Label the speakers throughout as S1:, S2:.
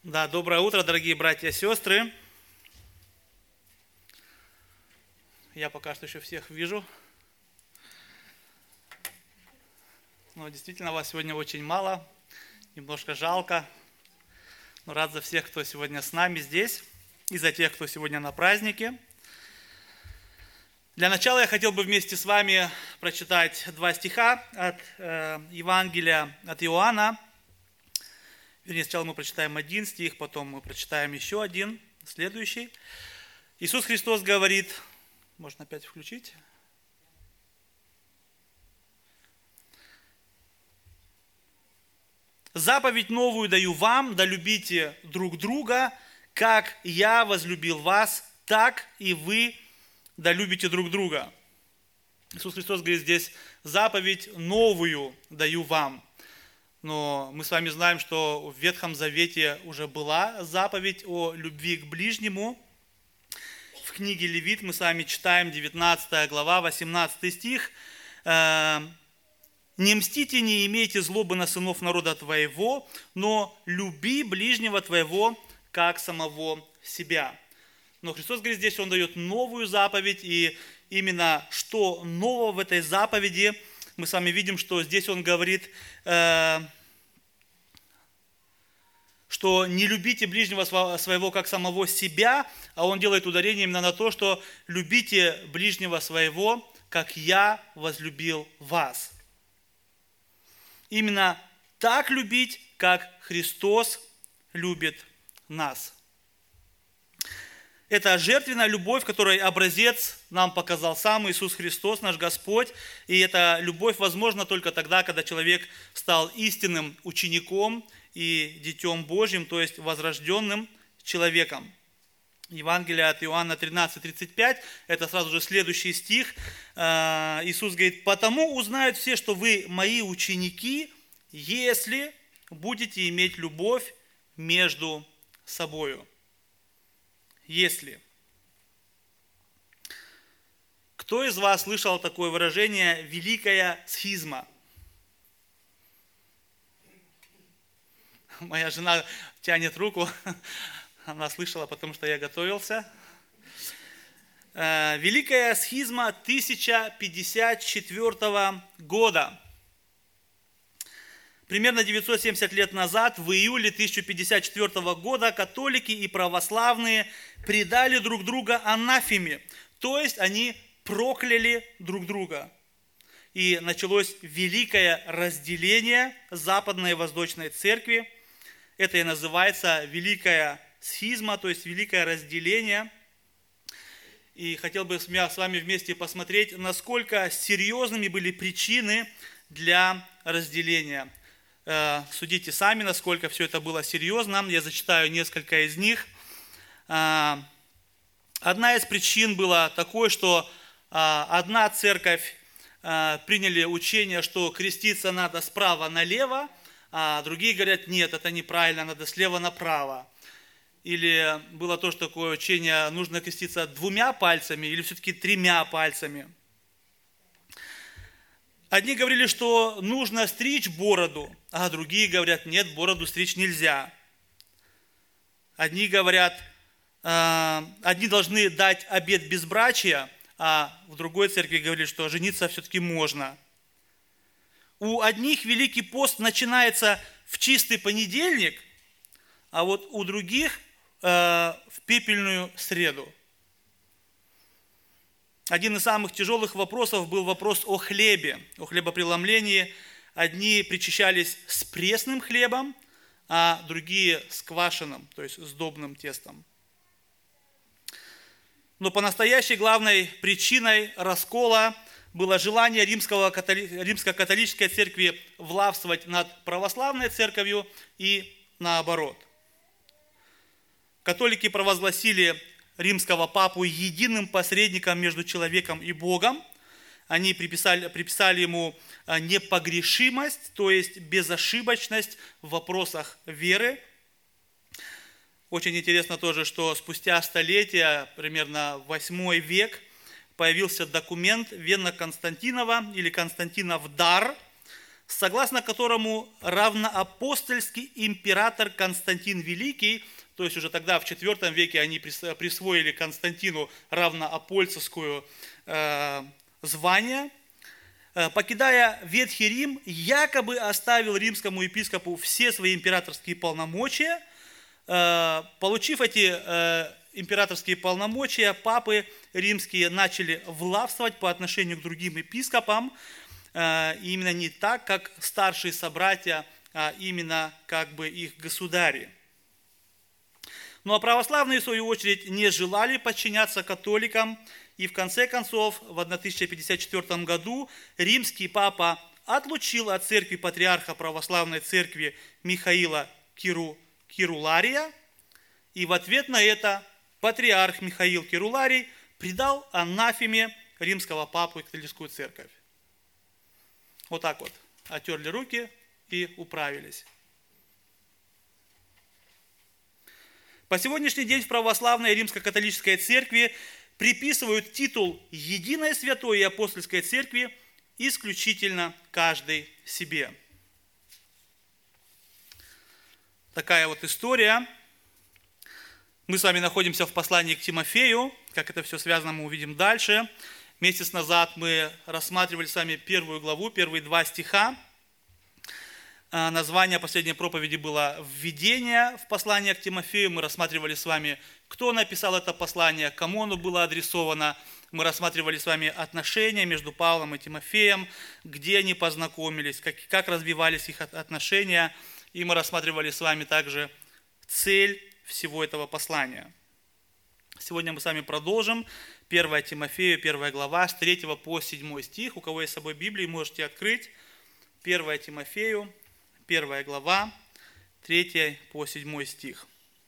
S1: Да, доброе утро, дорогие братья и сестры. Я пока что еще всех вижу. Но действительно, вас сегодня очень мало, немножко жалко. Но рад за всех, кто сегодня с нами здесь, и за тех, кто сегодня на празднике. Для начала я хотел бы вместе с вами прочитать 2 стиха от Евангелия от Иоанна. Вернее, сначала мы прочитаем 1 стих, потом мы прочитаем еще один, следующий. Иисус Христос говорит, можно опять включить? «Заповедь новую даю вам, да любите друг друга, как я возлюбил вас, так и вы да любите друг друга». Иисус Христос говорит здесь, заповедь новую даю вам. Но мы с вами знаем, что в Ветхом Завете уже была заповедь о любви к ближнему. В книге Левит мы с вами читаем 19 глава, 18 стих. «Не мстите, не имейте злобы на сынов народа твоего, но люби ближнего твоего, как самого себя». Но Христос говорит здесь, Он дает новую заповедь, и именно что нового в этой заповеди, мы с вами видим, что здесь Он говорит, что не любите ближнего своего, как самого себя, а Он делает ударение именно на то, что любите ближнего своего, как я возлюбил вас. Именно так любить, как Христос любит нас. Это жертвенная любовь, которой образец нам показал сам Иисус Христос, наш Господь. И эта любовь возможна только тогда, когда человек стал истинным учеником и детем Божьим, то есть возрожденным человеком. Евангелие от Иоанна 13:35, это сразу же следующий стих. Иисус говорит, «Потому узнают все, что вы мои ученики, если будете иметь любовь между собою». Если. Кто из вас слышал такое выражение «великая схизма»? Моя жена тянет руку, она слышала, потому что я готовился. Великая схизма 1054 года. Примерно 970 лет назад, в июле 1054 года, католики и православные предали друг друга анафеме, то есть они прокляли друг друга. И началось великое разделение Западной и Восточной Церкви. Это и называется Великая схизма, то есть великое разделение. И хотел бы с вами вместе посмотреть, насколько серьезными были причины для разделения. Судите сами, насколько все это было серьезно. Я зачитаю несколько из них. Одна из причин была такой, что одна церковь приняли учение, что креститься надо справа налево, а другие говорят, нет, это неправильно, надо слева направо. Или было тоже такое учение, нужно креститься 2 пальцами или все-таки 3 пальцами. Одни говорили, что нужно стричь бороду, а другие говорят, нет, бороду стричь нельзя. Одни говорят, одни должны дать обет безбрачия, а в другой церкви говорили, что жениться все-таки можно. У одних Великий пост начинается в чистый понедельник, а вот у других в пепельную среду. Один из самых тяжелых вопросов был вопрос о хлебе, о хлебопреломлении. Одни причащались с пресным хлебом, а другие с квашеным, то есть сдобным тестом. Но по-настоящей главной причиной раскола было желание римско-католической церкви властвовать над православной церковью и наоборот. Католики провозгласили римского папу единым посредником между человеком и Богом. Они приписали ему непогрешимость, то есть безошибочность в вопросах веры. Очень интересно тоже, что спустя столетия, примерно 8 век, появился документ Венно-Константинова или Константинов дар, согласно которому равноапостольский император Константин Великий, то есть уже тогда в IV веке они присвоили Константину равноапольцевскую звание, покидая Ветхий Рим, якобы оставил римскому епископу все свои императорские полномочия. Получив эти императорские полномочия, папы римские начали властвовать по отношению к другим епископам, именно не так, как старшие собратья, а именно как бы их государи. Ну а православные, в свою очередь, не желали подчиняться католикам, и в конце концов, в 1054 году римский папа отлучил от церкви патриарха православной церкви Михаила Кирулария, и в ответ на это патриарх Михаил Кируларий предал анафеме римского папу и католическую церковь. Вот так вот. Отерли руки и управились. По сегодняшний день в православной римско-католической церкви приписывают титул Единой Святой и Апостольской Церкви исключительно каждой себе. Такая вот история. Мы с вами находимся в послании к Тимофею. Как это все связано, мы увидим дальше. Месяц назад мы рассматривали с вами первую главу, первые 2 стиха. Название последней проповеди было «Введение в послание к Тимофею». Мы рассматривали с вами, кто написал это послание, кому оно было адресовано. Мы рассматривали с вами отношения между Павлом и Тимофеем, где они познакомились, как развивались их отношения. И мы рассматривали с вами также цель всего этого послания. Сегодня мы с вами продолжим 1 Тимофею, 1 глава, с 3 по 7 стих. У кого есть с собой Библии, можете открыть 1 Тимофею, 1 глава, 3 по 7 стих.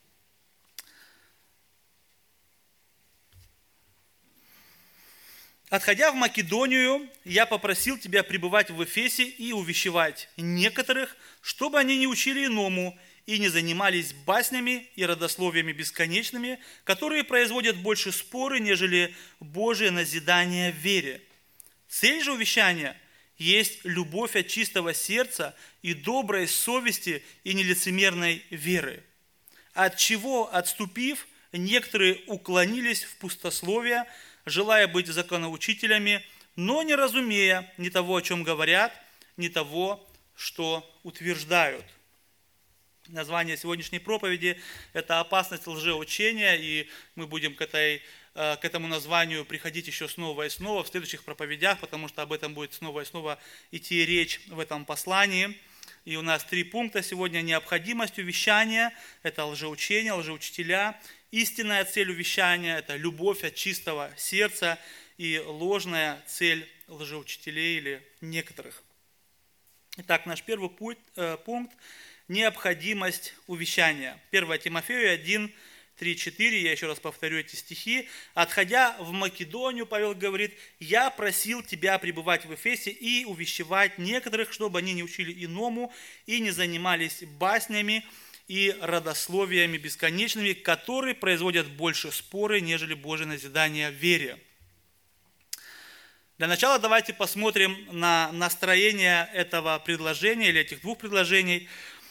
S1: «Отходя в Македонию, я попросил тебя пребывать в Эфесе и увещевать некоторых, чтобы они не учили иному и не занимались баснями и родословиями бесконечными, которые производят больше споры, нежели Божие назидание в вере. Цель же увещания есть любовь от чистого сердца и доброй совести и нелицемерной веры, от чего, отступив, некоторые уклонились в пустословие, желая быть законоучителями, но не разумея ни того, о чем говорят, ни того, что утверждают». Название сегодняшней проповеди – это «Опасность лжеучения», и мы будем к этому названию приходить еще снова и снова в следующих проповедях, потому что об этом будет снова и снова идти речь в этом послании. И у нас 3 пункта сегодня. Необходимость увещания – это лжеучение, лжеучителя. Истинная цель увещания – это любовь от чистого сердца. И ложная цель лжеучителей или некоторых. Итак, наш первый пункт – необходимость увещания. 1 Тимофею 1, 3, 4, я еще раз повторю эти стихи. «Отходя в Македонию, Павел говорит, я просил тебя пребывать в Эфесе и увещевать некоторых, чтобы они не учили иному и не занимались баснями и родословиями бесконечными, которые производят больше споры, нежели Божие назидание в вере». Для начала давайте посмотрим на настроение этого предложения или этих 2 предложений.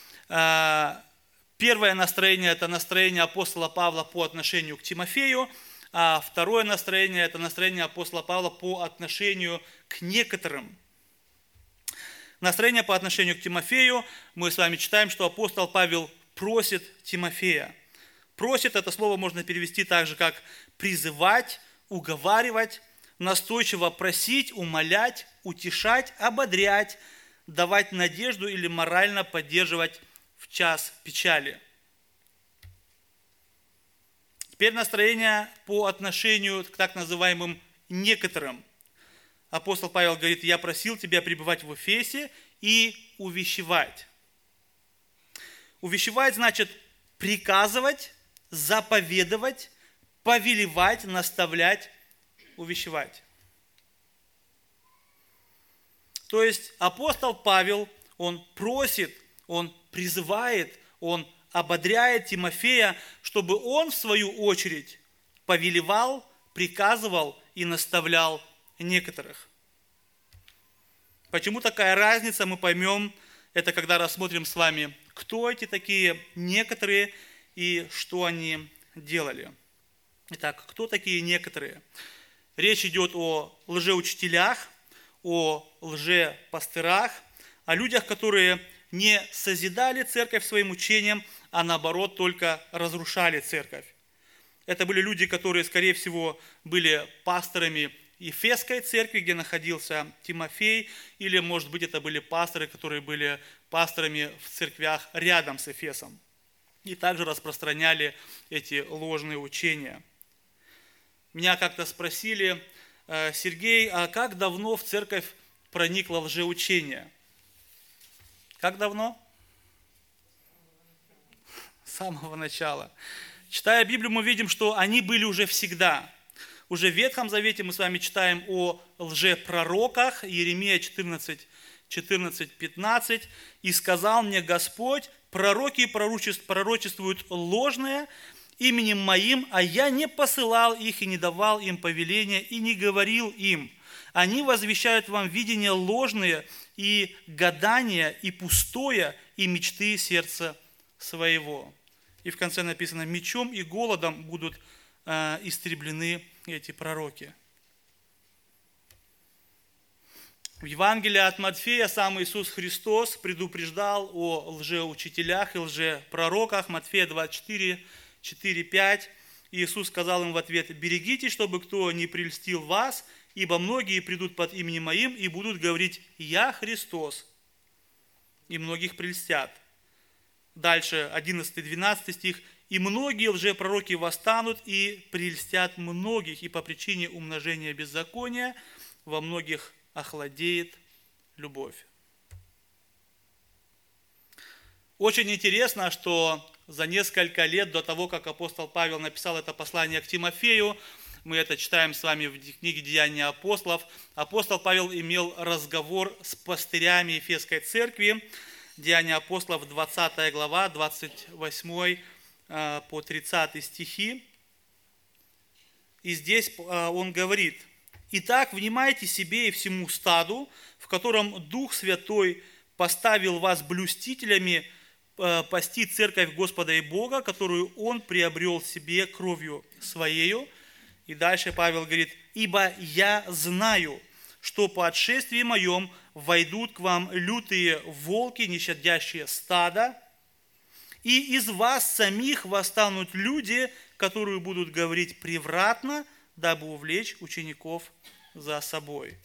S1: Первое настроение – это настроение апостола Павла по отношению к Тимофею, а второе настроение – это настроение апостола Павла по отношению к некоторым. Настроение по отношению к Тимофею, мы с вами читаем, что апостол Павел просит Тимофея. Просит – это слово можно перевести так же, как призывать, уговаривать, настойчиво просить, умолять, утешать, ободрять, давать надежду или морально поддерживать в час печали. Теперь настроение по отношению к так называемым некоторым. Апостол Павел говорит, я просил тебя пребывать в Эфесе и увещевать. Увещевать значит приказывать, заповедовать, повелевать, наставлять, увещевать. То есть апостол Павел, он просит, он призывает, он ободряет Тимофея, чтобы он, в свою очередь, повелевал, приказывал и наставлял некоторых. Почему такая разница, мы поймем, это когда рассмотрим с вами, кто эти такие некоторые и что они делали. Итак, кто такие некоторые? Речь идет о лжеучителях, о лжепастырах, о людях, которые не созидали церковь своим учением, а наоборот только разрушали церковь. Это были люди, которые, скорее всего, были пасторами Ефесской церкви, где находился Тимофей, или, может быть, это были пасторы, которые были пасторами в церквях рядом с Эфесом. И также распространяли эти ложные учения. Меня как-то спросили: Сергей, а как давно в церковь проникло лжеучение? Как давно? С самого начала. Читая Библию, мы видим, что они были уже всегда. Уже в Ветхом Завете мы с вами читаем о лжепророках, Иеремия 14:15. «И сказал мне Господь: пророки пророчествуют ложное именем моим, а я не посылал их и не давал им повеления, и не говорил им. Они возвещают вам видения ложные, и гадания, и пустое, и мечты сердца своего». И в конце написано: мечом и голодом будут истреблены эти пророки. В Евангелии от Матфея сам Иисус Христос предупреждал о лжеучителях и лжепророках. Матфея 24, 4-5. Иисус сказал им в ответ: «Берегитесь, чтобы кто не прельстил вас, ибо многие придут под именем Моим и будут говорить: Я Христос, и многих прельстят». Дальше 11-12 стих. «И многие лжепророки восстанут и прельстят многих, и по причине умножения беззакония во многих охладеет любовь». Очень интересно, что за несколько лет до того, как апостол Павел написал это послание к Тимофею, мы это читаем с вами в книге «Деяния апостолов», апостол Павел имел разговор с пастырями Ефесской церкви. Деяния апостолов, 20 глава, 28 по 30 стихи. И здесь он говорит: «Итак, внимайте себе и всему стаду, в котором Дух Святой поставил вас блюстителями пасти церковь Господа и Бога, которую Он приобрел себе кровью Своею». И дальше Павел говорит: «Ибо я знаю, что по отшествии моем войдут к вам лютые волки, не щадящие стада, и из вас самих восстанут люди, которые будут говорить превратно, дабы увлечь учеников за собой».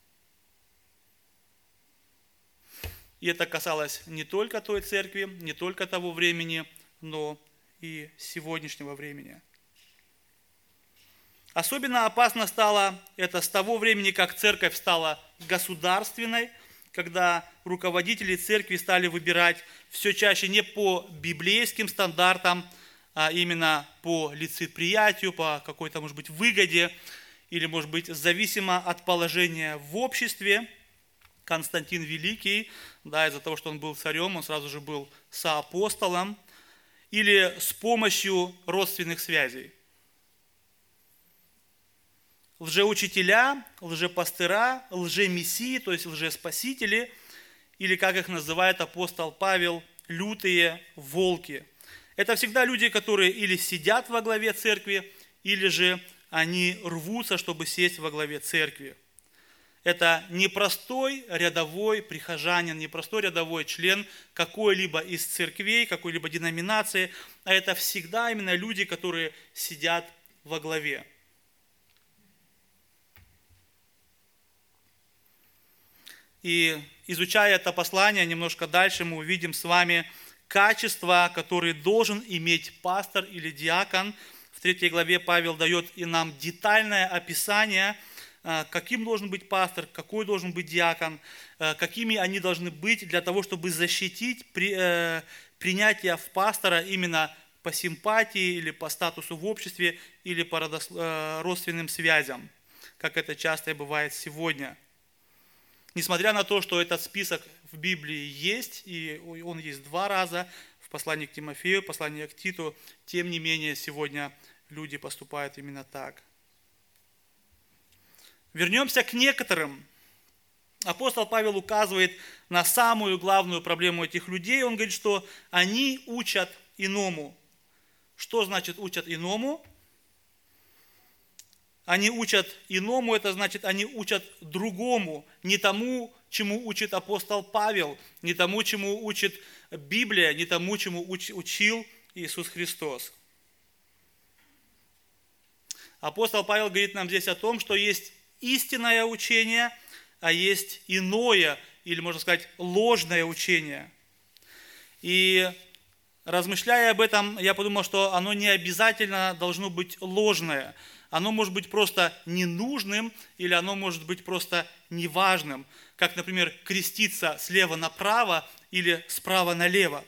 S1: И это касалось не только той церкви, не только того времени, но и сегодняшнего времени. Особенно опасно стало это с того времени, как церковь стала государственной, когда руководители церкви стали выбирать все чаще не по библейским стандартам, а именно по лицеприятию, по какой-то, может быть, выгоде, или, может быть, зависимо от положения в обществе. Константин Великий, из-за того, что он был царем, он сразу же был соапостолом, или с помощью родственных связей. Лжеучителя, лжепастыра, лжемессии, то есть лжеспасители, или, как их называет апостол Павел, лютые волки. Это всегда люди, которые или сидят во главе церкви, или же они рвутся, чтобы сесть во главе церкви. Это не простой рядовой прихожанин, не простой рядовой член какой-либо из церквей, какой-либо деноминации, а это всегда именно люди, которые сидят во главе. И изучая это послание немножко дальше, мы увидим с вами качества, которые должен иметь пастор или диакон. В 3 главе Павел дает и нам детальное описание, каким должен быть пастор, какой должен быть диакон, какими они должны быть для того, чтобы защитить принятие в пастора именно по симпатии или по статусу в обществе или по родственным связям, как это часто и бывает сегодня. Несмотря на то, что этот список в Библии есть, и он есть 2 раза, в послании к Тимофею, в послании к Титу, тем не менее сегодня люди поступают именно так. Вернемся к некоторым. апостол Павел указывает на самую главную проблему этих людей. Он говорит, что они учат иному. Что значит учат иному? Они учат иному, это значит, они учат другому, не тому, чему учит апостол Павел, не тому, чему учит Библия, не тому, чему учил Иисус Христос. Апостол Павел говорит нам здесь о том, что есть истинное учение, а есть иное, или можно сказать, ложное учение. И размышляя об этом, я подумал, что оно не обязательно должно быть ложное. Оно может быть просто ненужным, или оно может быть просто неважным. Как, например, креститься слева направо или справа налево.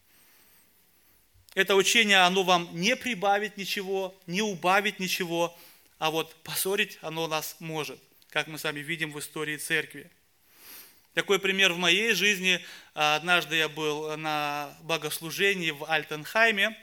S1: Это учение, оно вам не прибавит ничего, не убавит ничего, а вот поссорить оно нас может, как мы с вами видим в истории церкви. Такой пример в моей жизни. Однажды я был на богослужении в Альтенхайме,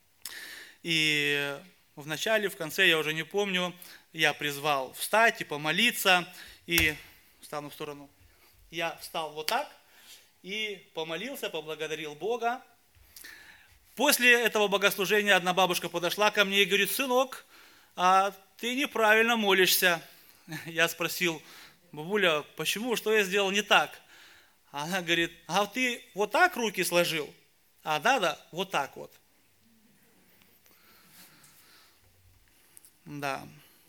S1: и в начале, в конце, я уже не помню, я призвал встать и помолиться, и встану в сторону. Я встал вот так и помолился, поблагодарил Бога. После этого богослужения одна бабушка подошла ко мне и говорит: сынок, а ты неправильно молишься. Я спросил: бабуля, почему, что я сделал не так? Она говорит: а ты вот так руки сложил? Да, вот так вот. Да.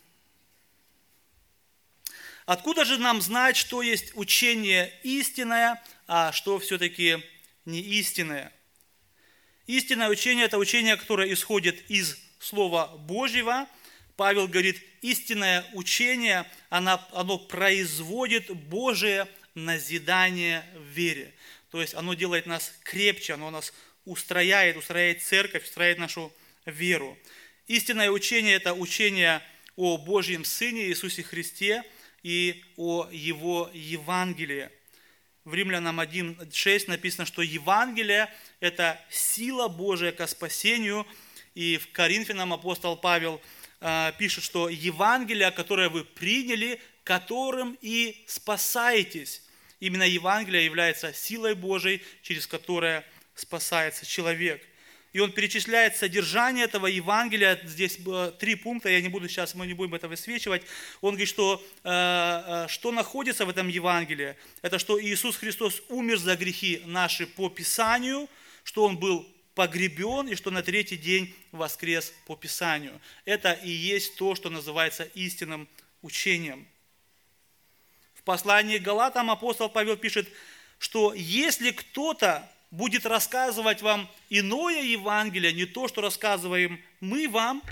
S1: Откуда же нам знать, что есть учение истинное, а что все-таки не истинное? Истинное учение – это учение, которое исходит из Слова Божьего. Павел говорит, истинное учение, оно производит Божие назидание в вере. То есть оно делает нас крепче, оно нас устрояет церковь, устрояет нашу веру. Истинное учение – это учение о Божьем Сыне Иисусе Христе и о Его Евангелии. В Римлянам 1:6 написано, что Евангелие – это сила Божия ко спасению. И в Коринфянам апостол Павел пишет, что Евангелие, которое вы приняли, которым и спасаетесь. Именно Евангелие является силой Божией, через которое спасается человек. И он перечисляет содержание этого Евангелия. Здесь 3 пункта, мы не будем это высвечивать. Он говорит, что находится в этом Евангелии. Это что Иисус Христос умер за грехи наши по Писанию, что Он был погребен и что на 3-й день воскрес по Писанию. Это и есть то, что называется истинным учением. В послании к Галатам апостол Павел пишет, что если кто-то будет рассказывать вам иное Евангелие, не то, что рассказываем мы вам.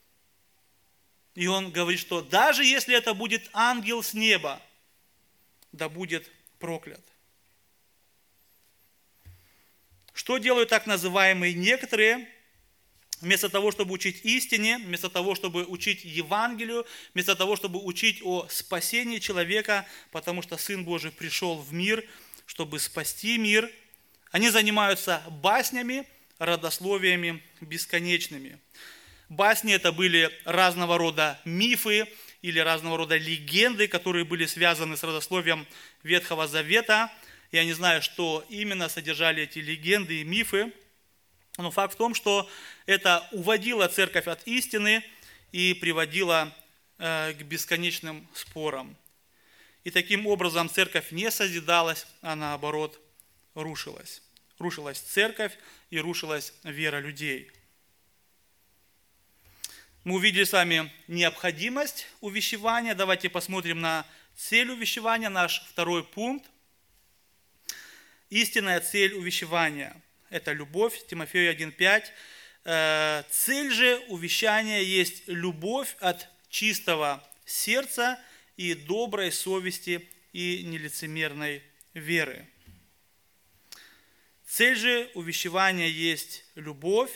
S1: И он говорит, что даже если это будет ангел с неба, да будет проклят. Что делают так называемые некоторые? Вместо того, чтобы учить истине, вместо того, чтобы учить Евангелию, вместо того, чтобы учить о спасении человека, потому что Сын Божий пришел в мир, чтобы спасти мир, они занимаются баснями, родословиями бесконечными. Басни – это были разного рода мифы или разного рода легенды, которые были связаны с родословием Ветхого Завета. Я не знаю, что именно содержали эти легенды и мифы, но факт в том, что это уводило церковь от истины и приводило к бесконечным спорам. И таким образом церковь не созидалась, а наоборот рушилась. Рушилась церковь и рушилась вера людей. Мы увидели с вами необходимость увещевания. Давайте посмотрим на цель увещевания, наш 2-й пункт. Истинная цель увещевания – это любовь, Тимофею 1:5. Цель же увещания есть любовь от чистого сердца и доброй совести и нелицемерной веры. Цель же увещевания есть любовь.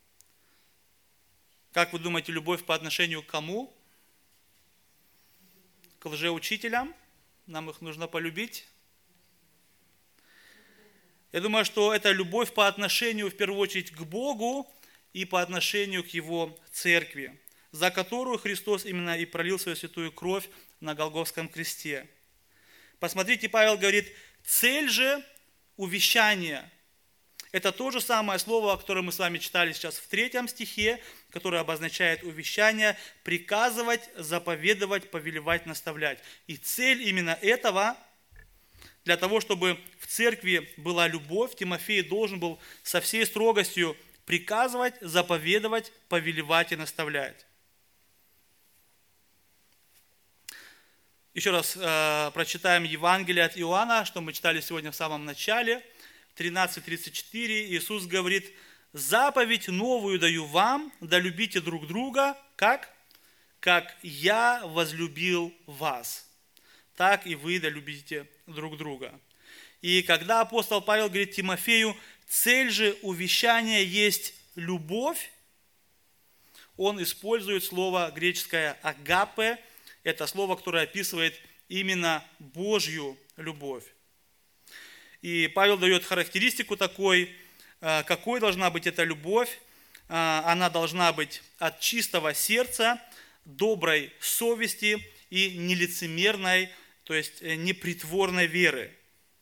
S1: Как вы думаете, любовь по отношению к кому? К лжеучителям? Нам их нужно полюбить? Я думаю, что это любовь по отношению, в первую очередь, к Богу и по отношению к Его церкви, за которую Христос именно и пролил свою святую кровь на Голгофском кресте. Посмотрите, Павел говорит, цель же увещания. Это то же самое слово, которое мы с вами читали сейчас в 3 стихе, которое обозначает увещание, приказывать, заповедовать, повелевать, наставлять. И цель именно этого, для того, чтобы в церкви была любовь, Тимофей должен был со всей строгостью приказывать, заповедовать, повелевать и наставлять. Еще раз прочитаем Евангелие от Иоанна, что мы читали сегодня в самом начале. 13:34 Иисус говорит: «Заповедь новую даю вам, да любите друг друга, как? Как я возлюбил вас, так и вы да любите друг друга». И когда апостол Павел говорит Тимофею, цель же увещания есть любовь, он использует слово греческое агапе, это слово, которое описывает именно Божью любовь. И Павел дает характеристику такой, какой должна быть эта любовь. Она должна быть от чистого сердца, доброй совести и нелицемерной, то есть непритворной веры.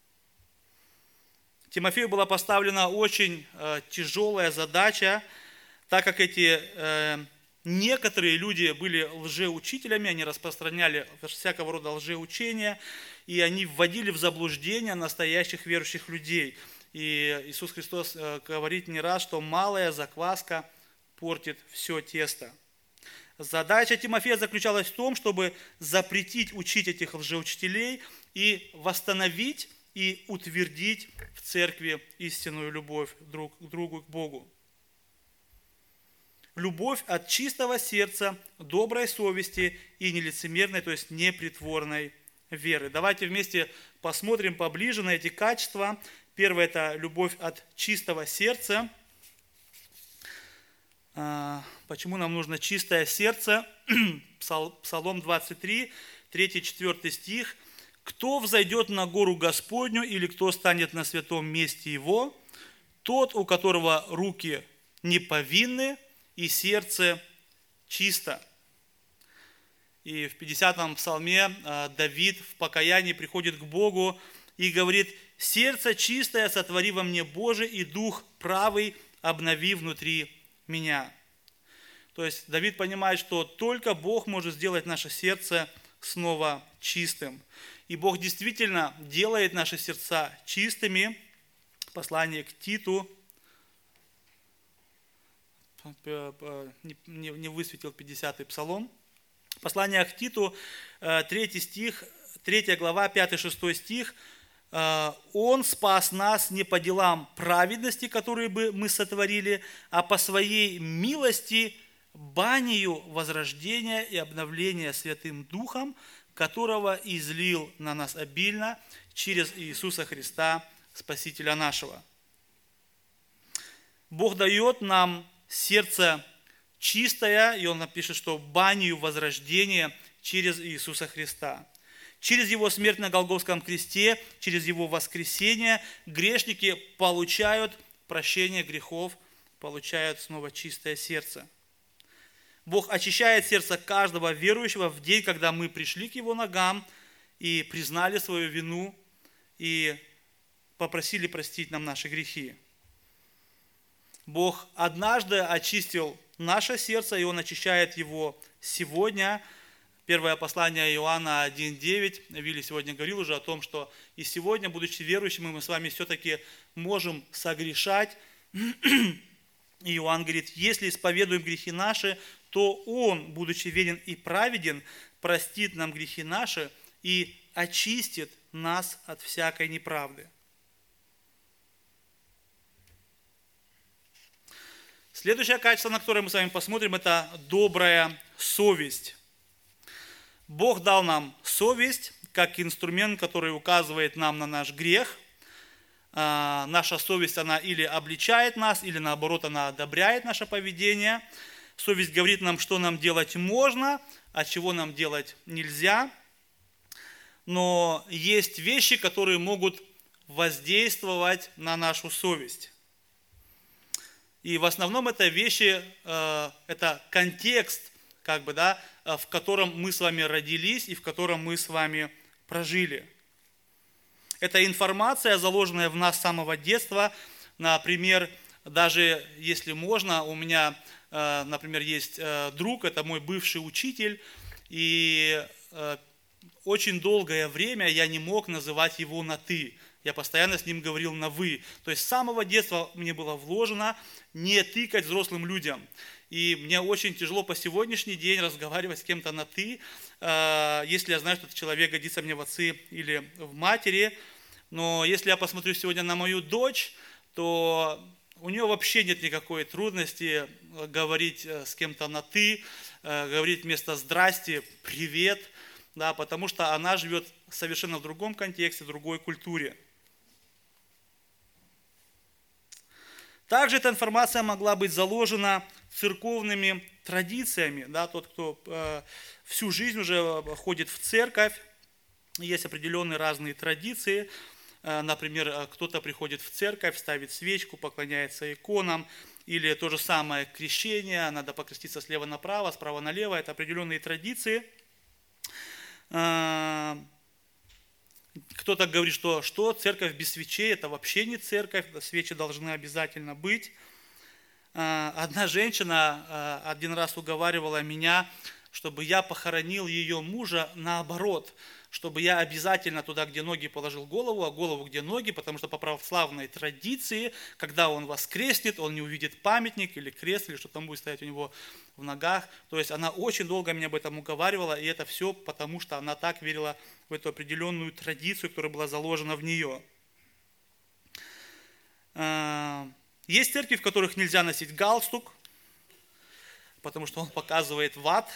S1: Тимофею была поставлена очень тяжелая задача, так как эти некоторые люди были лжеучителями, они распространяли всякого рода лжеучения, и они вводили в заблуждение настоящих верующих людей. И Иисус Христос говорит не раз, что малая закваска портит все тесто. Задача Тимофея заключалась в том, чтобы запретить учить этих лжеучителей и восстановить и утвердить в церкви истинную любовь друг к другу, к Богу. Любовь от чистого сердца, доброй совести и нелицемерной, то есть непритворной веры. Давайте вместе посмотрим поближе на эти качества. Первое – это любовь от чистого сердца. Почему нам нужно чистое сердце? Псалом 23, 3-4 стих. «Кто взойдет на гору Господню или кто станет на святом месте Его? Тот, у которого руки не повинны и сердце чисто». И в 50-м псалме Давид в покаянии приходит к Богу и говорит: «Сердце чистое сотвори во мне, Боже, и дух правый обнови внутри меня». То есть Давид понимает, что только Бог может сделать наше сердце снова чистым. И Бог действительно делает наши сердца чистыми. Послание к Титу, не высветил 50-й псалом. Послание к Титу, 3 стих, 3 глава, 5-6 стих. «Он спас нас не по делам праведности, которые бы мы сотворили, а по своей милости банию возрождения и обновления Святым Духом, которого излил на нас обильно через Иисуса Христа, Спасителя нашего». Бог дает нам сердце чистое, и Он напишет, что банию возрождения через Иисуса Христа. Через Его смерть на Голгофском кресте, через Его воскресение грешники получают прощение грехов, получают снова чистое сердце. Бог очищает сердце каждого верующего в день, когда мы пришли к Его ногам и признали свою вину и попросили простить нам наши грехи. Бог однажды очистил наше сердце, и Он очищает его сегодня. Первое послание Иоанна 1:9. Вилли сегодня говорил уже о том, что и сегодня, будучи верующими, мы с вами все-таки можем согрешать. И Иоанн говорит: если исповедуем грехи наши, то Он, будучи верен и праведен, простит нам грехи наши и очистит нас от всякой неправды. Следующее качество, на которое мы с вами посмотрим, это добрая совесть. Бог дал нам совесть как инструмент, который указывает нам на наш грех. Наша совесть, она или обличает нас, или наоборот, она одобряет наше поведение. Совесть говорит нам, что нам делать можно, а чего нам делать нельзя. Но есть вещи, которые могут воздействовать на нашу совесть. И в основном это вещи, это контекст, в котором мы с вами родились и в котором мы с вами прожили. Это информация, заложенная в нас с самого детства. Например, даже если можно, у меня, например, есть друг, это мой бывший учитель, и очень долгое время я не мог называть его на «ты». Я постоянно с ним говорил на «вы». То есть с самого детства мне было вложено не тыкать взрослым людям. И мне очень тяжело по сегодняшний день разговаривать с кем-то на «ты», если я знаю, что этот человек годится мне в отцы или в матери. Но если я посмотрю сегодня на мою дочь, то у нее вообще нет никакой трудности говорить с кем-то на «ты», говорить вместо «здрасте», «привет», да, потому что она живет совершенно в другом контексте, в другой культуре. Также эта информация могла быть заложена церковными традициями. Да, тот, кто всю жизнь уже ходит в церковь, есть определенные разные традиции. Например, кто-то приходит в церковь, ставит свечку, поклоняется иконам, или то же самое крещение, надо покреститься слева направо, справа налево. Это определенные традиции. Кто-то говорит, что церковь без свечей, это вообще не церковь, свечи должны обязательно быть. Одна женщина один раз уговаривала меня, чтобы я похоронил ее мужа наоборот, чтобы я обязательно туда, где ноги, положил голову, а голову, где ноги, потому что по православной традиции, когда он воскреснет, он не увидит памятник или крест, или что там будет стоять у него в ногах. То есть она очень долго меня об этом уговаривала, и это все потому, что она так верила в эту определенную традицию, которая была заложена в нее. Есть церкви, в которых нельзя носить галстук, потому что он показывает в ад.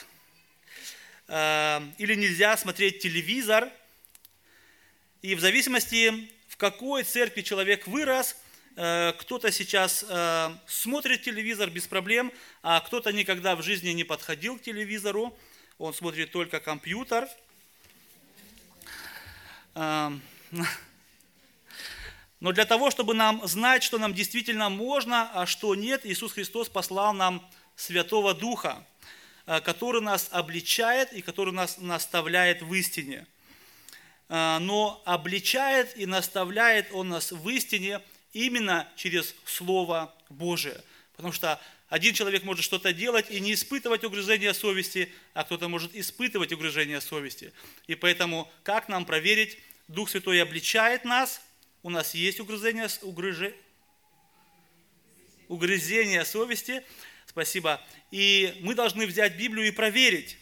S1: Или нельзя смотреть телевизор. И в зависимости, в какой церкви человек вырос, кто-то сейчас смотрит телевизор без проблем, а кто-то никогда в жизни не подходил к телевизору, он смотрит только компьютер. Но для того, чтобы нам знать, что нам действительно можно, а что нет, Иисус Христос послал нам Святого Духа, который нас обличает и который нас наставляет в истине. Но обличает и наставляет Он нас в истине именно через Слово Божие. Потому что один человек может что-то делать и не испытывать угрызения совести, а кто-то может испытывать угрызения совести. И поэтому, как нам проверить, Дух Святой обличает нас, у нас есть угрызение совести, спасибо, и мы должны взять Библию и проверить.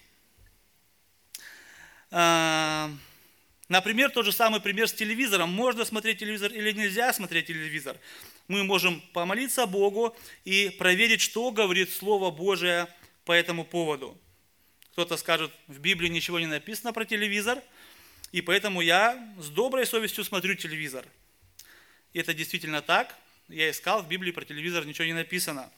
S1: Например, тот же самый пример с телевизором. Можно смотреть телевизор или нельзя смотреть телевизор. Мы можем помолиться Богу и проверить, что говорит Слово Божие по этому поводу. Кто-то скажет, в Библии ничего не написано про телевизор, и поэтому я с доброй совестью смотрю телевизор. И это действительно так. Я искал, в Библии про телевизор ничего не написано.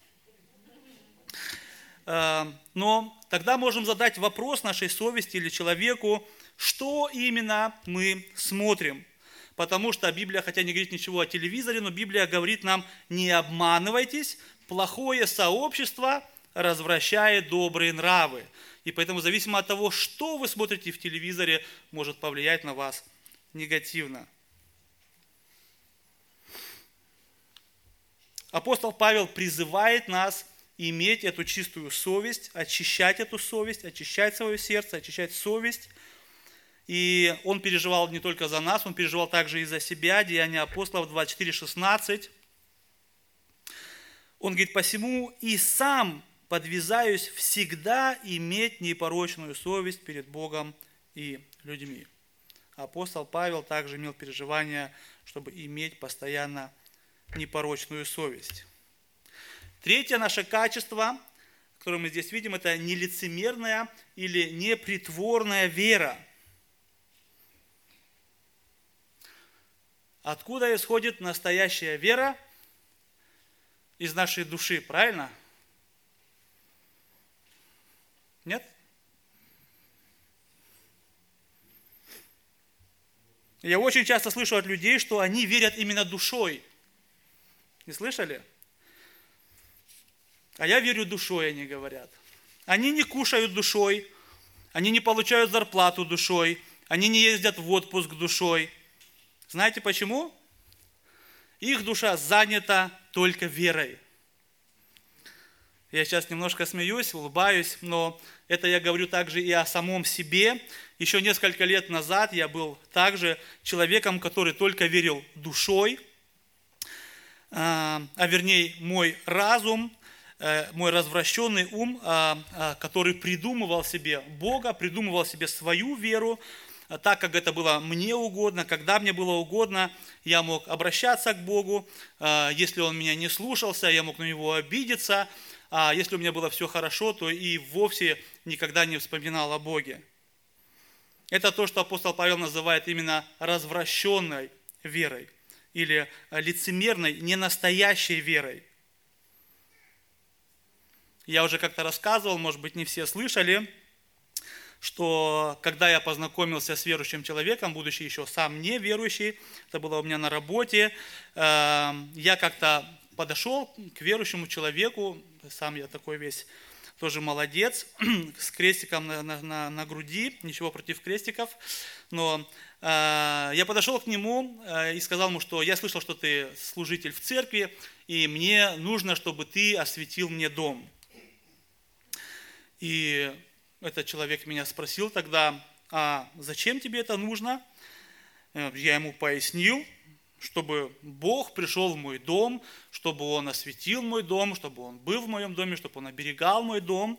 S1: Но тогда можем задать вопрос нашей совести или человеку, что именно мы смотрим. Потому что Библия, хотя не говорит ничего о телевизоре, но Библия говорит нам, не обманывайтесь, плохое сообщество развращает добрые нравы. И поэтому, зависимо от того, что вы смотрите в телевизоре, может повлиять на вас негативно. Апостол Павел призывает нас иметь эту чистую совесть, очищать эту совесть, очищать свое сердце, очищать совесть. И он переживал не только за нас, он переживал также и за себя. Деяния апостолов 24:16. Он говорит, посему и сам подвязаюсь всегда иметь непорочную совесть перед Богом и людьми. Апостол Павел также имел переживания, чтобы иметь постоянно непорочную совесть. Третье наше качество, которое мы здесь видим, это нелицемерная или непритворная вера. Откуда исходит настоящая вера? Из нашей души, правильно? Нет? Я очень часто слышу от людей, что они верят именно душой. Не слышали? А я верю душой, они говорят. Они не кушают душой, они не получают зарплату душой, они не ездят в отпуск душой. Знаете почему? Их душа занята только верой. Я сейчас немножко смеюсь, улыбаюсь, но это я говорю также и о самом себе. Еще несколько лет назад я был также человеком, который только верил душой, а вернее мой разум, мой развращенный ум, который придумывал себе Бога, придумывал себе свою веру, так как это было мне угодно, когда мне было угодно, я мог обращаться к Богу. Если Он меня не слушался, я мог на Него обидеться. А если у меня было все хорошо, то и вовсе никогда не вспоминал о Боге. Это то, что апостол Павел называет именно развращенной верой или лицемерной, ненастоящей верой. Я уже как-то рассказывал, может быть, не все слышали, что когда я познакомился с верующим человеком, будучи еще сам не верующий, это было у меня на работе, я как-то подошел к верующему человеку, сам я такой весь тоже молодец, с крестиком на груди, ничего против крестиков, но я подошел к нему и сказал ему, что я слышал, что ты служитель в церкви, и мне нужно, чтобы ты осветил мне дом. И этот человек меня спросил тогда, а зачем тебе это нужно? Я ему пояснил, чтобы Бог пришел в мой дом, чтобы Он осветил мой дом, чтобы Он был в моем доме, чтобы Он оберегал мой дом.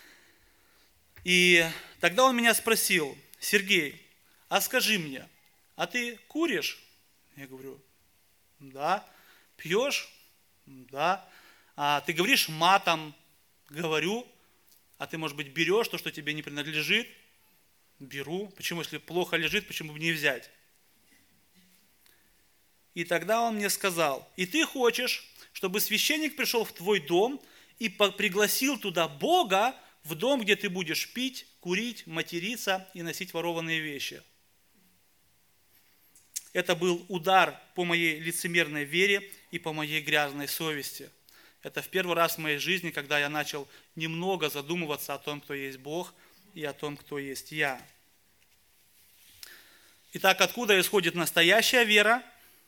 S1: И тогда он меня спросил: Сергей, а скажи мне, а ты куришь? Я говорю: да. Пьешь? Да. А ты говоришь матом? Говорю. А ты, может быть, берешь то, что тебе не принадлежит? Беру. Почему, если плохо лежит, почему бы не взять? И тогда он мне сказал: и ты хочешь, чтобы священник пришел в твой дом и пригласил туда Бога в дом, где ты будешь пить, курить, материться и носить ворованные вещи. Это был удар по моей лицемерной вере и по моей грязной совести. Это в первый раз в моей жизни, когда я начал немного задумываться о том, кто есть Бог, и о том, кто есть я. Итак, откуда исходит настоящая вера?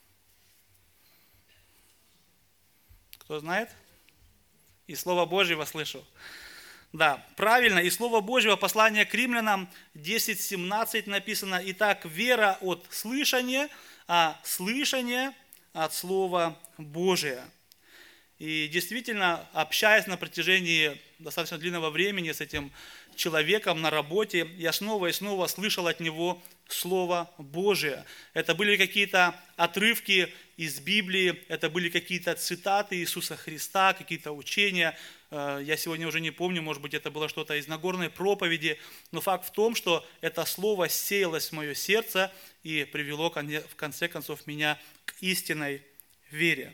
S1: Кто знает? Из Слова Божьего слышу. Да, правильно, из Слова Божьего, послание к Римлянам 10:17 написано: «Итак, вера от слышания, а слышание от Слова Божия». И действительно, общаясь на протяжении достаточно длинного времени с этим человеком на работе, я снова и снова слышал от него Слово Божие. Это были какие-то отрывки из Библии, это были какие-то цитаты Иисуса Христа, какие-то учения. Я сегодня уже не помню, может быть, это было что-то из Нагорной проповеди, но факт в том, что это слово сеялось в мое сердце и привело в конце концов меня к истинной вере.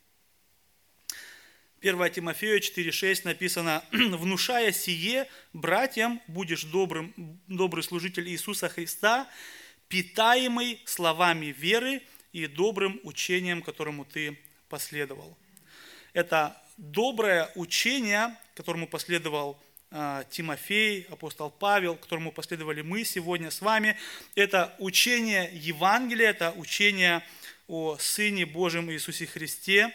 S1: 1 Тимофею 4:6 написано: «Внушая сие братьям, будешь добрый служитель Иисуса Христа, питаемый словами веры и добрым учением, которому ты последовал». Это доброе учение, которому последовал Тимофей, апостол Павел, которому последовали мы сегодня с вами. Это учение Евангелия, это учение о Сыне Божьем Иисусе Христе.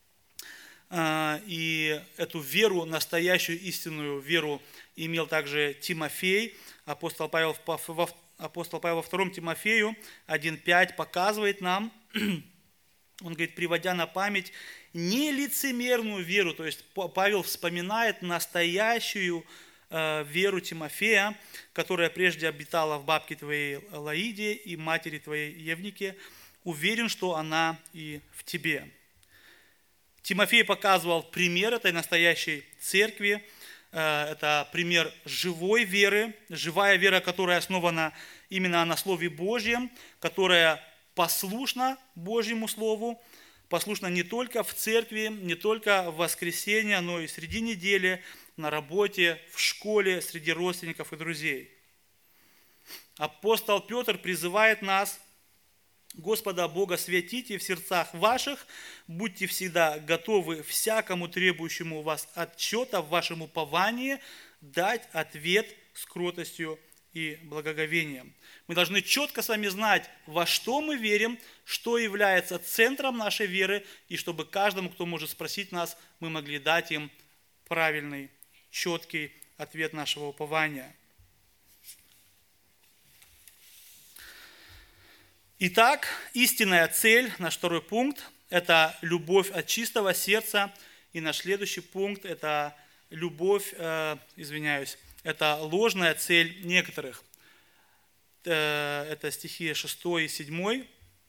S1: И эту веру, настоящую истинную веру, имел также Тимофей. Апостол Павел во 2 Тимофею 1:5 показывает нам, он говорит, приводя на память нелицемерную веру, то есть Павел вспоминает настоящую веру Тимофея, которая прежде обитала в бабке твоей Лоиде и матери твоей Евнике, уверен, что она и в тебе. Тимофей показывал пример этой настоящей церкви. Это пример живой веры, живая вера, которая основана именно на Слове Божьем, которая послушна Божьему Слову, послушна не только в церкви, не только в воскресенье, но и среди недели, на работе, в школе, среди родственников и друзей. Апостол Петр призывает нас: Господа Бога святите в сердцах ваших, будьте всегда готовы всякому требующему у вас отчета в вашем уповании дать ответ с кротостью и благоговением. Мы должны четко с вами знать, во что мы верим, что является центром нашей веры, и чтобы каждому, кто может спросить нас, мы могли дать им правильный, четкий ответ нашего упования. Итак, истинная цель, наш второй пункт, это любовь от чистого сердца. И наш следующий пункт – это любовь, это ложная цель некоторых. Это стихи 6 и 7.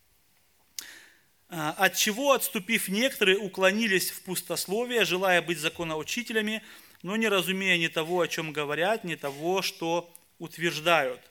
S1: «От чего, отступив некоторые, уклонились в пустословие, желая быть законоучителями, но не разумея ни того, о чем говорят, ни того, что утверждают».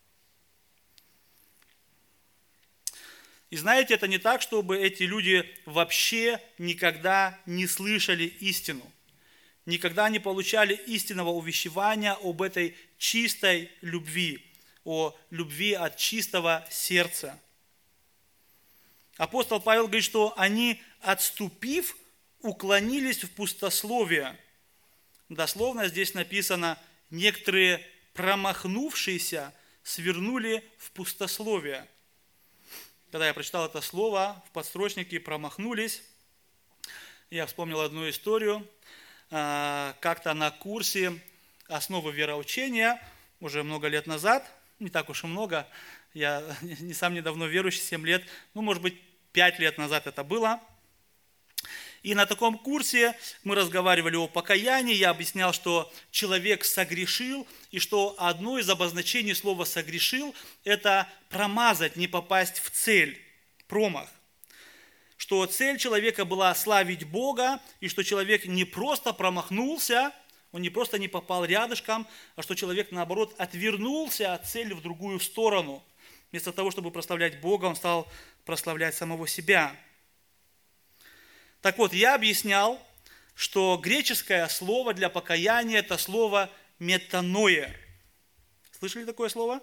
S1: И знаете, это не так, чтобы эти люди вообще никогда не слышали истину, никогда не получали истинного увещевания об этой чистой любви, о любви от чистого сердца. Апостол Павел говорит, что они, отступив, уклонились в пустословие. Дословно здесь написано, некоторые промахнувшиеся свернули в пустословие. Когда я прочитал это слово, в подстрочнике «промахнулись», я вспомнил одну историю. Как-то на курсе «Основы вероучения» уже много лет назад, не так уж и много, я сам недавно верующий, 7 лет, может быть, 5 лет назад это было. И на таком курсе мы разговаривали о покаянии, я объяснял, что человек согрешил, и что одно из обозначений слова «согрешил» – это промазать, не попасть в цель, промах. Что цель человека была славить Бога, и что человек не просто промахнулся, он не просто не попал рядышком, а что человек, наоборот, отвернулся от цели в другую сторону. Вместо того, чтобы прославлять Бога, он стал прославлять самого себя. Так вот, я объяснял, что греческое слово для покаяния – это слово метаноя. Слышали такое слово?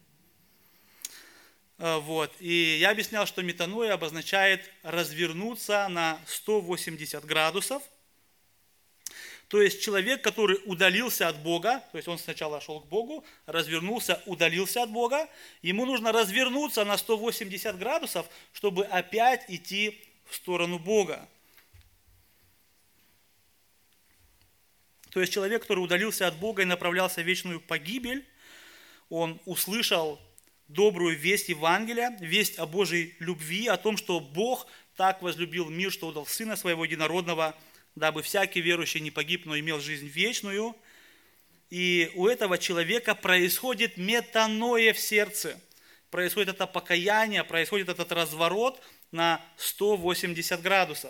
S1: И я объяснял, что метаноя обозначает развернуться на 180 градусов. То есть человек, который удалился от Бога, то есть он сначала шел к Богу, развернулся, удалился от Бога, ему нужно развернуться на 180 градусов, чтобы опять идти в сторону Бога. То есть человек, который удалился от Бога и направлялся в вечную погибель, он услышал добрую весть Евангелия, весть о Божьей любви, о том, что Бог так возлюбил мир, что отдал Сына Своего Единородного, дабы всякий верующий не погиб, но имел жизнь вечную. И у этого человека происходит метаноя в сердце, происходит это покаяние, происходит этот разворот на 180 градусов.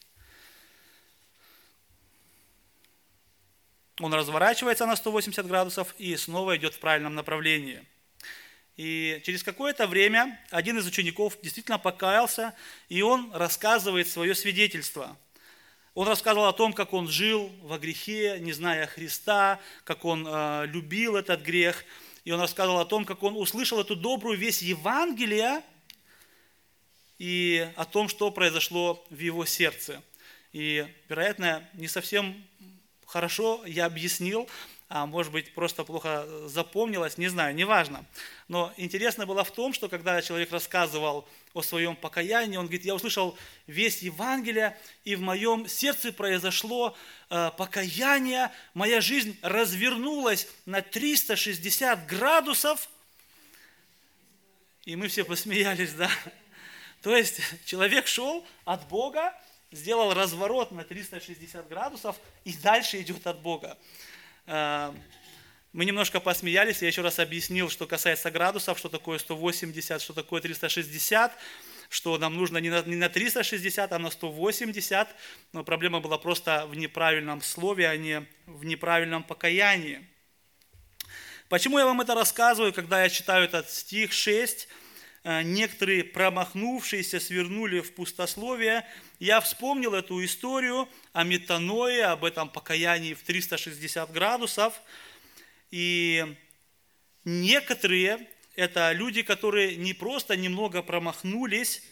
S1: Он разворачивается на 180 градусов и снова идет в правильном направлении. И через какое-то время один из учеников действительно покаялся, и он рассказывает свое свидетельство. Он рассказывал о том, как он жил во грехе, не зная Христа, как он любил этот грех. И он рассказывал о том, как он услышал эту добрую весть Евангелия и о том, что произошло в его сердце. И, вероятно, не совсем хорошо я объяснил, а может быть просто плохо запомнилось, не знаю, неважно. Но интересно было в том, что когда человек рассказывал о своем покаянии, он говорит, я услышал весть Евангелия, и в моем сердце произошло покаяние, моя жизнь развернулась на 360 градусов, и мы все посмеялись, да. То есть человек шел от Бога, сделал разворот на 360 градусов и дальше идет от Бога. Мы немножко посмеялись, я еще раз объяснил, что касается градусов, что такое 180, что такое 360, что нам нужно не на 360, а на 180, но проблема была просто в неправильном слове, а не в неправильном покаянии. Почему я вам это рассказываю, когда я читаю этот стих 6? Некоторые промахнувшиеся свернули в пустословие. Я вспомнил эту историю о метаное, об этом покаянии в 360 градусов. И некоторые – это люди, которые не просто немного промахнулись,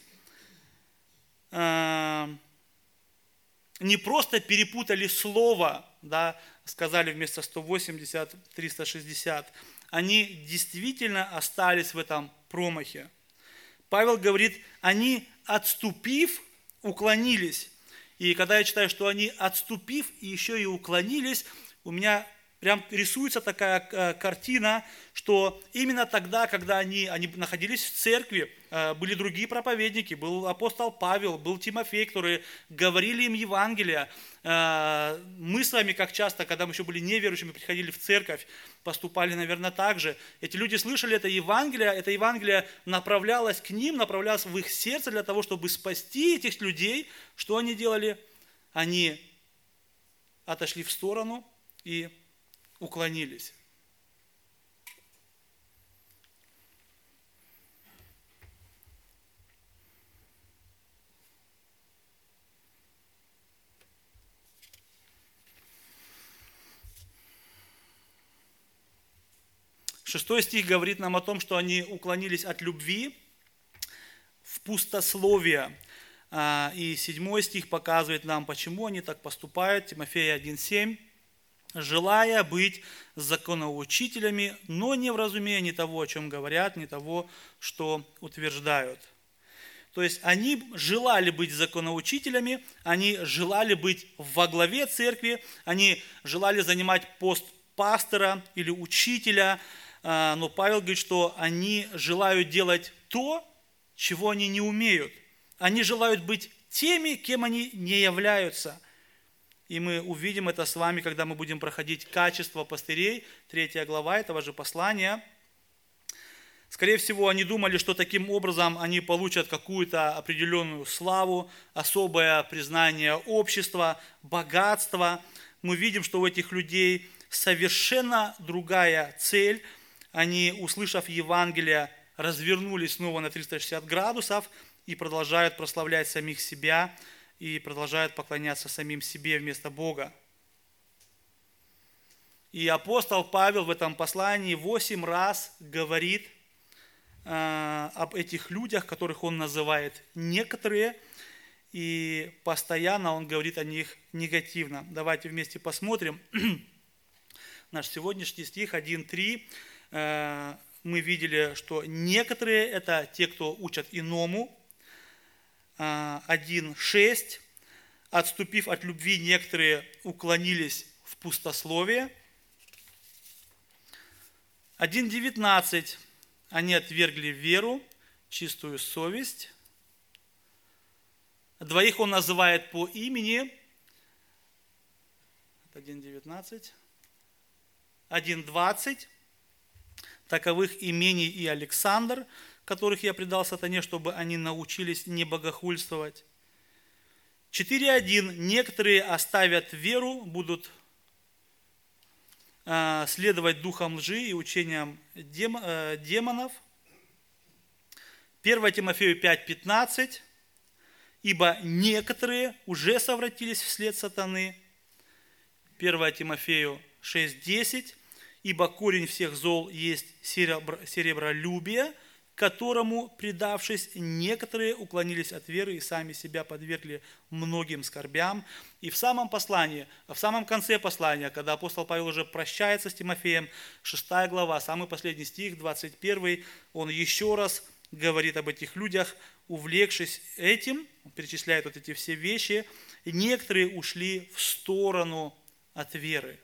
S1: не просто перепутали слово, да, сказали вместо 180 – 360, они действительно остались в этом промахе. Павел говорит, они, отступив, уклонились. И когда я читаю, что они, отступив, еще и уклонились, у меня прям рисуется такая картина, что именно тогда, когда они находились в церкви, были другие проповедники, был апостол Павел, был Тимофей, которые говорили им Евангелие. Мы с вами, как часто, когда мы еще были неверующими, приходили в церковь, поступали, наверное, так же. Эти люди слышали это Евангелие направлялось к ним, направлялось в их сердце для того, чтобы спасти этих людей. Что они делали? Они отошли в сторону и уклонились. Шестой стих говорит нам о том, что они уклонились от любви в пустословие. И 7 стих показывает нам, почему они так поступают. Тимофея 1:7. «Желая быть законоучителями, но не в разумении того, о чем говорят, не того, что утверждают». То есть они желали быть законоучителями, они желали быть во главе церкви, они желали занимать пост пастора или учителя, но Павел говорит, что они желают делать то, чего они не умеют. Они желают быть теми, кем они не являются. И мы увидим это с вами, когда мы будем проходить качество пастырей, 3 глава этого же послания. Скорее всего, они думали, что таким образом они получат какую-то определенную славу, особое признание общества, богатство. Мы видим, что у этих людей совершенно другая цель. Они, услышав Евангелие, развернулись снова на 360 градусов и продолжают прославлять самих себя и продолжают поклоняться самим себе вместо Бога. И апостол Павел в этом послании 8 раз говорит об этих людях, которых он называет некоторые, и постоянно он говорит о них негативно. Давайте вместе посмотрим. Наш сегодняшний стих 1:3. Мы видели, что некоторые – это те, кто учат иному. 1:6. Отступив от любви, некоторые уклонились в пустословие. 1:19. Они отвергли веру, чистую совесть. 2 он называет по имени. 1:19. 1:20. Таковых Имений и Александр, которых я предал сатане, чтобы они научились не богохульствовать. 4:1. Некоторые оставят веру, будут следовать духам лжи и учениям демонов. 1 Тимофею 5:15. Ибо некоторые уже совратились вслед сатаны. 1 Тимофею 6:10. Ибо корень всех зол есть серебролюбие, которому, предавшись, некоторые уклонились от веры и сами себя подвергли многим скорбям. И в самом конце послания, когда апостол Павел уже прощается с Тимофеем, 6 глава, самый последний стих, 21, он еще раз говорит об этих людях, увлекшись этим, он перечисляет вот эти все вещи, некоторые ушли в сторону от веры.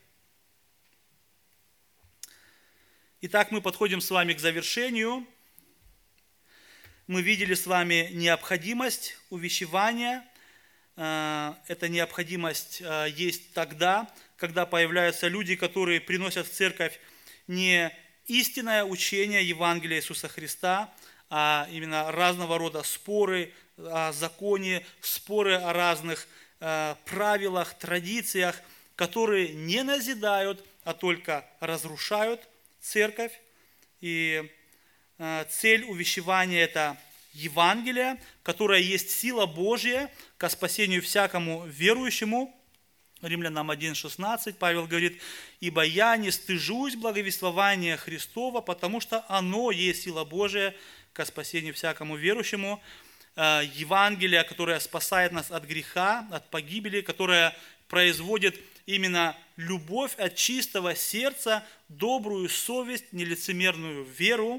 S1: Итак, мы подходим с вами к завершению. Мы видели с вами необходимость увещевания. Эта необходимость есть тогда, когда появляются люди, которые приносят в церковь не истинное учение Евангелия Иисуса Христа, а именно разного рода споры о законе, споры о разных правилах, традициях, которые не назидают, а только разрушают церковь. И цель увещевания – это Евангелие, которое есть сила Божья ко спасению всякому верующему. Римлянам 1:16 Павел говорит: «Ибо я не стыжусь благовествования Христова, потому что оно есть сила Божия ко спасению всякому верующему». Евангелие, которое спасает нас от греха, от погибели, которое производит именно любовь от чистого сердца, добрую совесть, нелицемерную веру.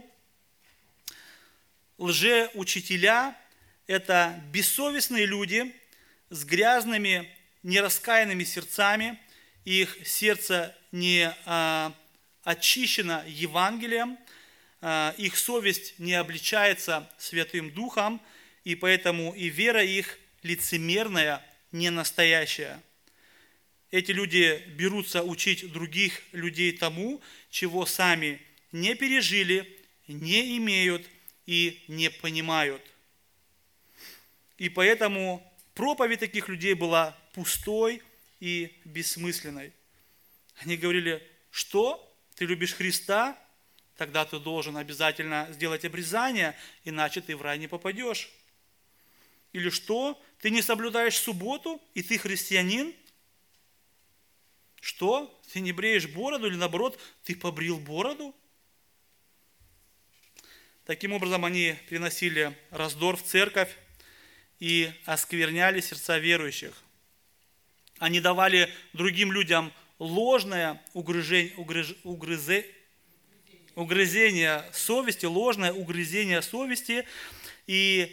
S1: Лжеучителя – это бессовестные люди с грязными, нераскаянными сердцами. Их сердце не очищено Евангелием, их совесть не обличается Святым Духом, и поэтому и вера их лицемерная, не настоящая. Эти люди берутся учить других людей тому, чего сами не пережили, не имеют и не понимают. И поэтому проповедь таких людей была пустой и бессмысленной. Они говорили: что? Ты любишь Христа? Тогда ты должен обязательно сделать обрезание, иначе ты в рай не попадешь. Или что? Ты не соблюдаешь субботу, и ты христианин? Что? Ты не бреешь бороду, или наоборот, ты побрил бороду? Таким образом, они приносили раздор в церковь и оскверняли сердца верующих. Они давали другим людям ложное угрызение совести, ложное угрызение совести, и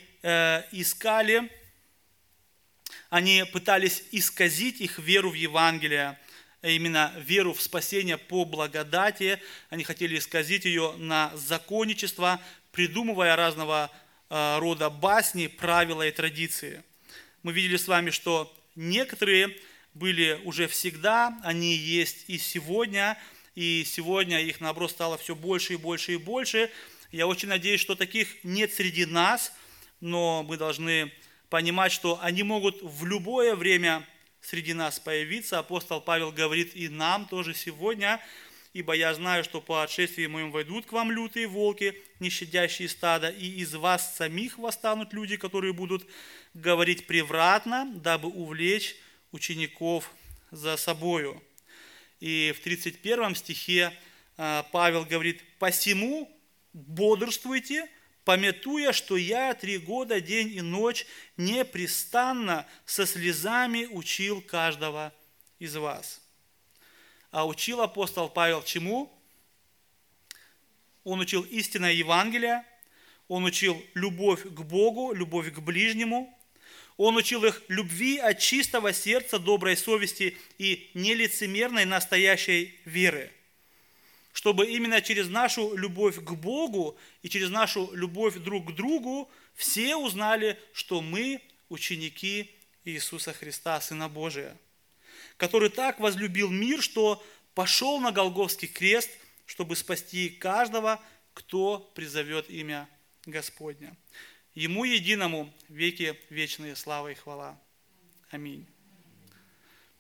S1: они пытались исказить их веру в Евангелие, а именно веру в спасение по благодати. Они хотели исказить ее на законничество, придумывая разного рода басни, правила и традиции. Мы видели с вами, что некоторые были уже всегда, они есть и сегодня их, наоборот, стало все больше и больше и больше. Я очень надеюсь, что таких нет среди нас, но мы должны понимать, что они могут в любое время среди нас появиться. Апостол Павел говорит и нам тоже сегодня: ибо я знаю, что по отшествии моем войдут к вам лютые волки, не щадящие стада, и из вас самих восстанут люди, которые будут говорить превратно, дабы увлечь учеников за собою. И в 31 стихе Павел говорит: «Посему бодрствуйте, памятуя, что я 3 года, день и ночь, непрестанно со слезами учил каждого из вас». А учил апостол Павел чему? Он учил истинное Евангелие, он учил любовь к Богу, любовь к ближнему, он учил их любви от чистого сердца, доброй совести и нелицемерной настоящей веры. Чтобы именно через нашу любовь к Богу и через нашу любовь друг к другу все узнали, что мы ученики Иисуса Христа, Сына Божия, который так возлюбил мир, что пошел на Голгофский крест, чтобы спасти каждого, кто призовет имя Господня. Ему единому веки вечные слава и хвала. Аминь.